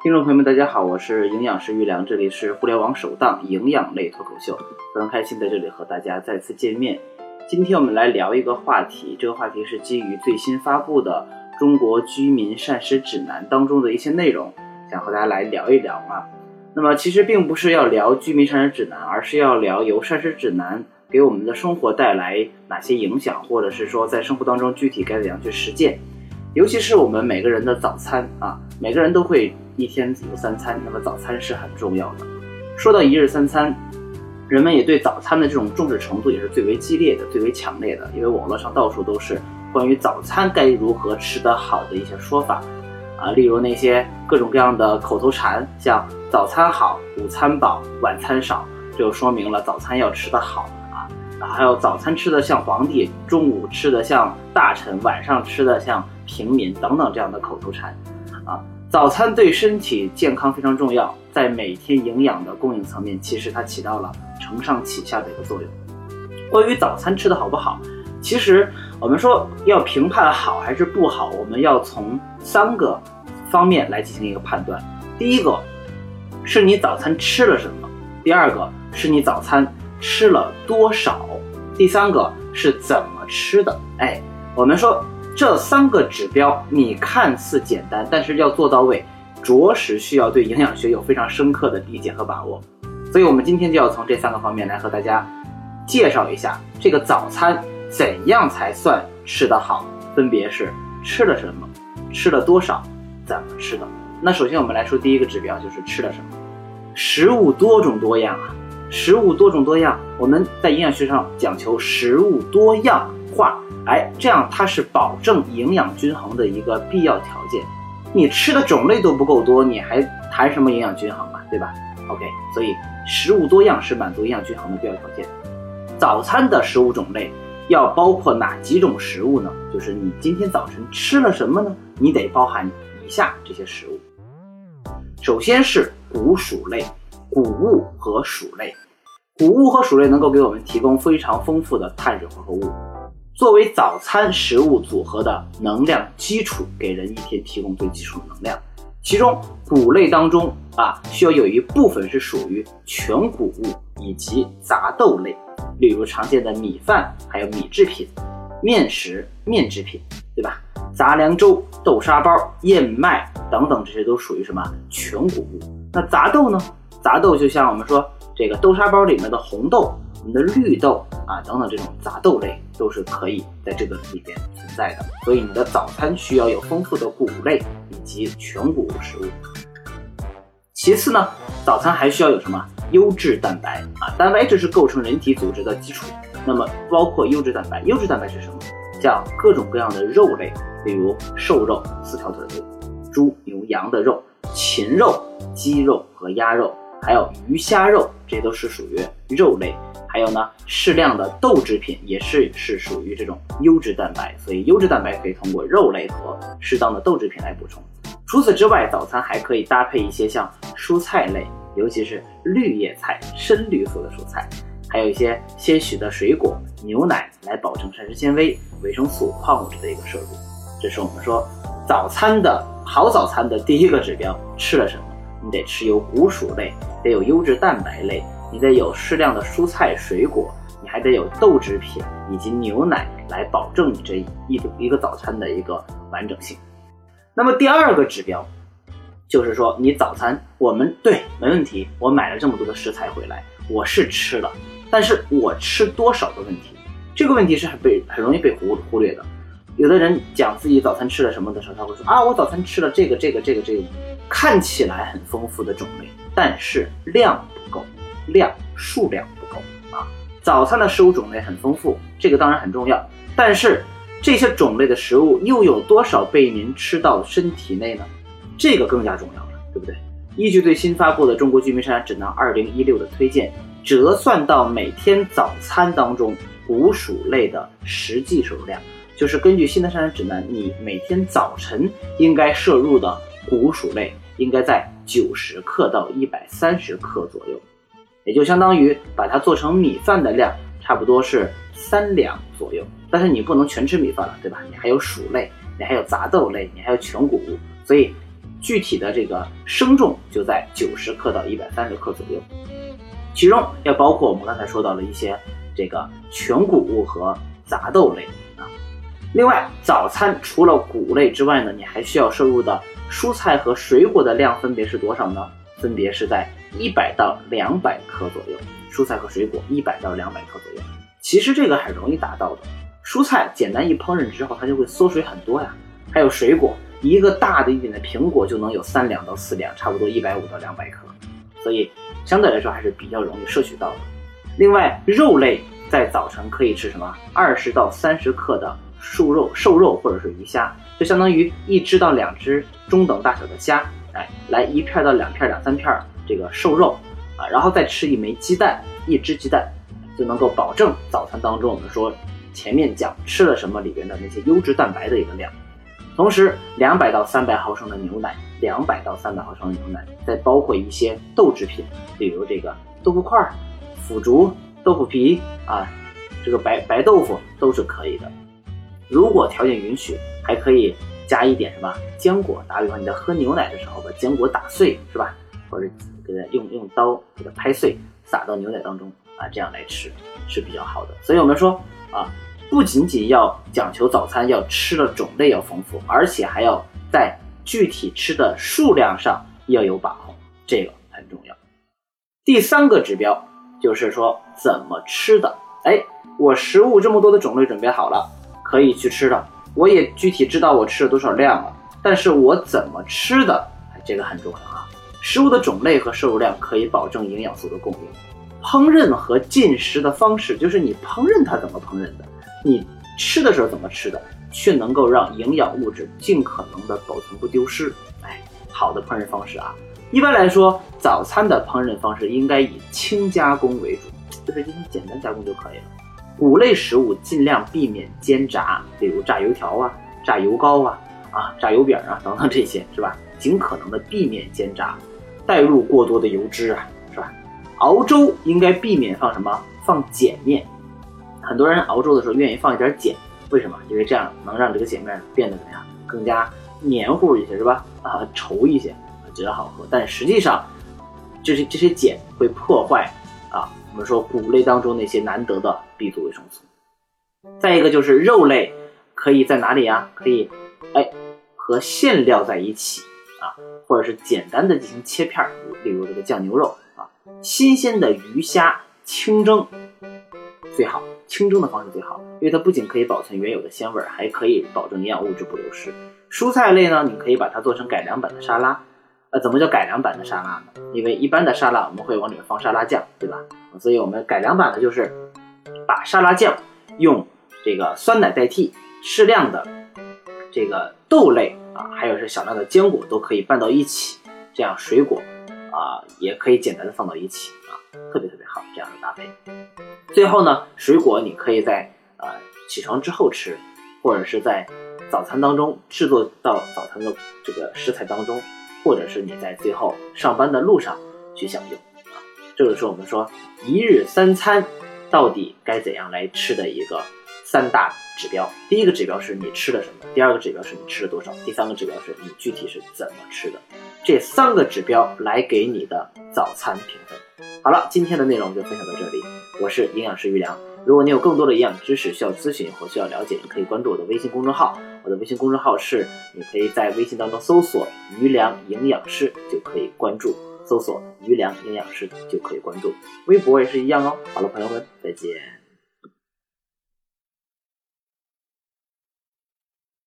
听众朋友们大家好，我是营养师于良，这里是互联网首档营养类脱口秀，非常开心在这里和大家再次见面。今天我们来聊一个话题，这个话题是基于最新发布的中国居民膳食指南当中的一些内容，想和大家来聊一聊啊。那么其实并不是要聊居民膳食指南，而是要聊由膳食指南给我们的生活带来哪些影响，或者是说在生活当中具体该怎样去实践。尤其是我们每个人的早餐啊，每个人都会一天有3餐，那么早餐是很重要的。说到一日3餐，人们也对早餐的这种重视程度也是最为激烈的、最为强烈的，因为网络上到处都是关于早餐该如何吃得好的一些说法啊，例如那些各种各样的口头禅，像早餐好、午餐饱、晚餐少，这就说明了早餐要吃得好啊。还有早餐吃得像皇帝，中午吃得像大臣，晚上吃得像平民等等这样的口头禅啊。早餐对身体健康非常重要，在每天营养的供应层面，其实它起到了承上启下的一个作用。关于早餐吃的好不好，其实我们说要评判好还是不好，我们要从3个方面来进行一个判断。第一个是你早餐吃了什么，第二个是你早餐吃了多少，第3个是怎么吃的。我们说这3个指标你看似简单，但是要做到位，着实需要对营养学有非常深刻的理解和把握。所以我们今天就要从这3个方面来和大家介绍一下这个早餐怎样才算吃得好，分别是吃了什么、吃了多少、怎么吃的。那首先我们来说第一个指标，就是吃了什么。食物多种多样啊，食物多种多样，我们在营养学上讲求食物多样化，这样它是保证营养均衡的一个必要条件。你吃的种类都不够多，你还谈什么营养均衡啊，对吧？ OK， 所以食物多样是满足营养均衡的必要条件。早餐的食物种类要包括哪几种食物呢？就是你今天早晨吃了什么呢？你得包含以下这些食物。首先是谷薯类，谷物和薯类。谷物和薯类能够给我们提供非常丰富的碳水化合物，作为早餐食物组合的能量基础，给人一天提供最基础的能量。其中谷类当中需要有一部分是属于全谷物以及杂豆类，例如常见的米饭，还有米制品、面食、面制品，对吧？杂粮粥、豆沙包、燕麦等等，这些都属于什么？全谷物。那杂豆呢？杂豆就像我们说这个豆沙包里面的红豆、我们的绿豆等等，这种杂豆类都是可以在这个里边存在的。所以你的早餐需要有丰富的谷类以及全谷物食物。其次呢，早餐还需要有什么？优质蛋白蛋白质是构成人体组织的基础，那么包括优质蛋白。优质蛋白是什么？像各种各样的肉类，例如瘦肉、4条腿肉、猪、牛、羊的肉、禽肉、鸡肉和鸭肉，还有鱼虾肉，这都是属于肉类。还有呢，适量的豆制品也是属于这种优质蛋白，所以优质蛋白可以通过肉类和适当的豆制品来补充。除此之外，早餐还可以搭配一些像蔬菜类，尤其是绿叶菜、深绿色的蔬菜，还有一些些许的水果、牛奶，来保证膳食纤维、维生素、矿物质的一个摄入。这是我们说好早餐的第一个指标，吃了什么？你得吃有谷薯类，得有优质蛋白类，你得有适量的蔬菜水果，你还得有豆制品以及牛奶，来保证你这一个早餐的一个完整性。那么第二个指标就是说，你早餐没问题，我买了这么多的食材回来，我是吃了，但是我吃多少的问题，这个问题是很容易被忽略的。有的人讲自己早餐吃了什么的时候，他会说我早餐吃了这个，看起来很丰富的种类，但是量不够，数量不够早餐的食物种类很丰富，这个当然很重要，但是这些种类的食物又有多少被您吃到身体内呢？这个更加重要了，对不对？依据最新发布的中国居民膳食指南2016的推荐，折算到每天早餐当中谷薯类的实际摄入量，就是根据新的膳食指南，你每天早晨应该摄入的谷薯类应该在90克到130克左右，也就相当于把它做成米饭的量差不多是3两左右。但是你不能全吃米饭了，对吧？你还有薯类，你还有杂豆类，你还有全谷物，所以具体的这个生重就在90克到130克左右，其中要包括我们刚才说到了一些这个全谷物和杂豆类啊。另外，早餐除了谷类之外呢，你还需要摄入的蔬菜和水果的量分别是多少呢？分别是在100到200克左右，蔬菜和水果100到200克左右。其实这个很容易达到的，蔬菜简单一烹饪之后，它就会缩水很多呀。还有水果，一个大的一点的苹果就能有3两到4两，差不多150到200克，所以相对来说还是比较容易摄取到的。另外，肉类在早晨可以吃什么？20到30克的瘦肉或者是鱼虾，就相当于1只到2只中等大小的虾，来1片到2片、2、3片这个瘦肉啊，然后再吃1枚鸡蛋，1只鸡蛋，就能够保证早餐当中我们说前面讲吃了什么里边的那些优质蛋白的一个量。同时200到300毫升的牛奶，200到300毫升的牛奶，再包括一些豆制品，比如这个豆腐块、腐竹、豆腐皮啊，这个白豆腐都是可以的。如果条件允许，还可以加一点什么坚果，打比方你在喝牛奶的时候把坚果打碎是吧，或者给它用刀给它拍碎，撒到牛奶当中啊，这样来吃是比较好的。所以我们说啊，不仅仅要讲求早餐要吃的种类要丰富，而且还要在具体吃的数量上要有把控，这个很重要。第3个指标就是说怎么吃的。我食物这么多的种类准备好了，可以去吃了，我也具体知道我吃了多少量了，但是我怎么吃的，这个很重要啊。食物的种类和摄入量可以保证营养素的供应，烹饪和进食的方式就是你烹饪它怎么烹饪的，你吃的时候怎么吃的，却能够让营养物质尽可能的保存不丢失。好的烹饪方式啊，一般来说早餐的烹饪方式应该以轻加工为主，就是进行简单加工就可以了。谷类食物尽量避免煎炸，比如炸油条啊、炸油糕啊、炸油饼啊等等这些是吧，尽可能的避免煎炸，带入过多的油脂啊是吧。熬粥应该避免放什么？放碱面。很多人熬粥的时候愿意放一点碱，为什么？因为这样能让这个碱面变得怎么样？更加黏糊一些是吧？稠一些，觉得好喝。但实际上，这些碱会破坏我们说谷类当中那些难得的 B 族维生素。再一个就是肉类可以在哪里啊？可以和馅料在一起或者是简单的进行切片，例如这个酱牛肉新鲜的鱼虾清蒸最好，清蒸的方式最好，因为它不仅可以保存原有的鲜味，还可以保证营养物质不流失。蔬菜类呢，你可以把它做成改良版的沙拉。怎么叫改良版的沙拉呢？因为一般的沙拉我们会往里面放沙拉酱，对吧？所以我们改良版的就是把沙拉酱用这个酸奶代替，适量的这个豆类还有是小量的坚果都可以拌到一起，这样水果也可以简单的放到一起特别好这样的搭配。最后呢，水果你可以在起床之后吃，或者是在早餐当中制作到早餐的这个食材当中，或者是你在最后上班的路上去享用这就是我们说一日3餐到底该怎样来吃的一个3大指标。第一个指标是你吃了什么，第二个指标是你吃了多少，第3个指标是你具体是怎么吃的。这3个指标来给你的早餐评分。好了，今天的内容就分享到这里，我是营养师于良。如果你有更多的营养知识需要咨询或需要了解，你可以关注我的微信公众号，我的微信公众号是你可以在微信当中搜索于良营养师就可以关注，搜索于良营养师就可以关注，微博也是一样哦。好了，朋友们，再见。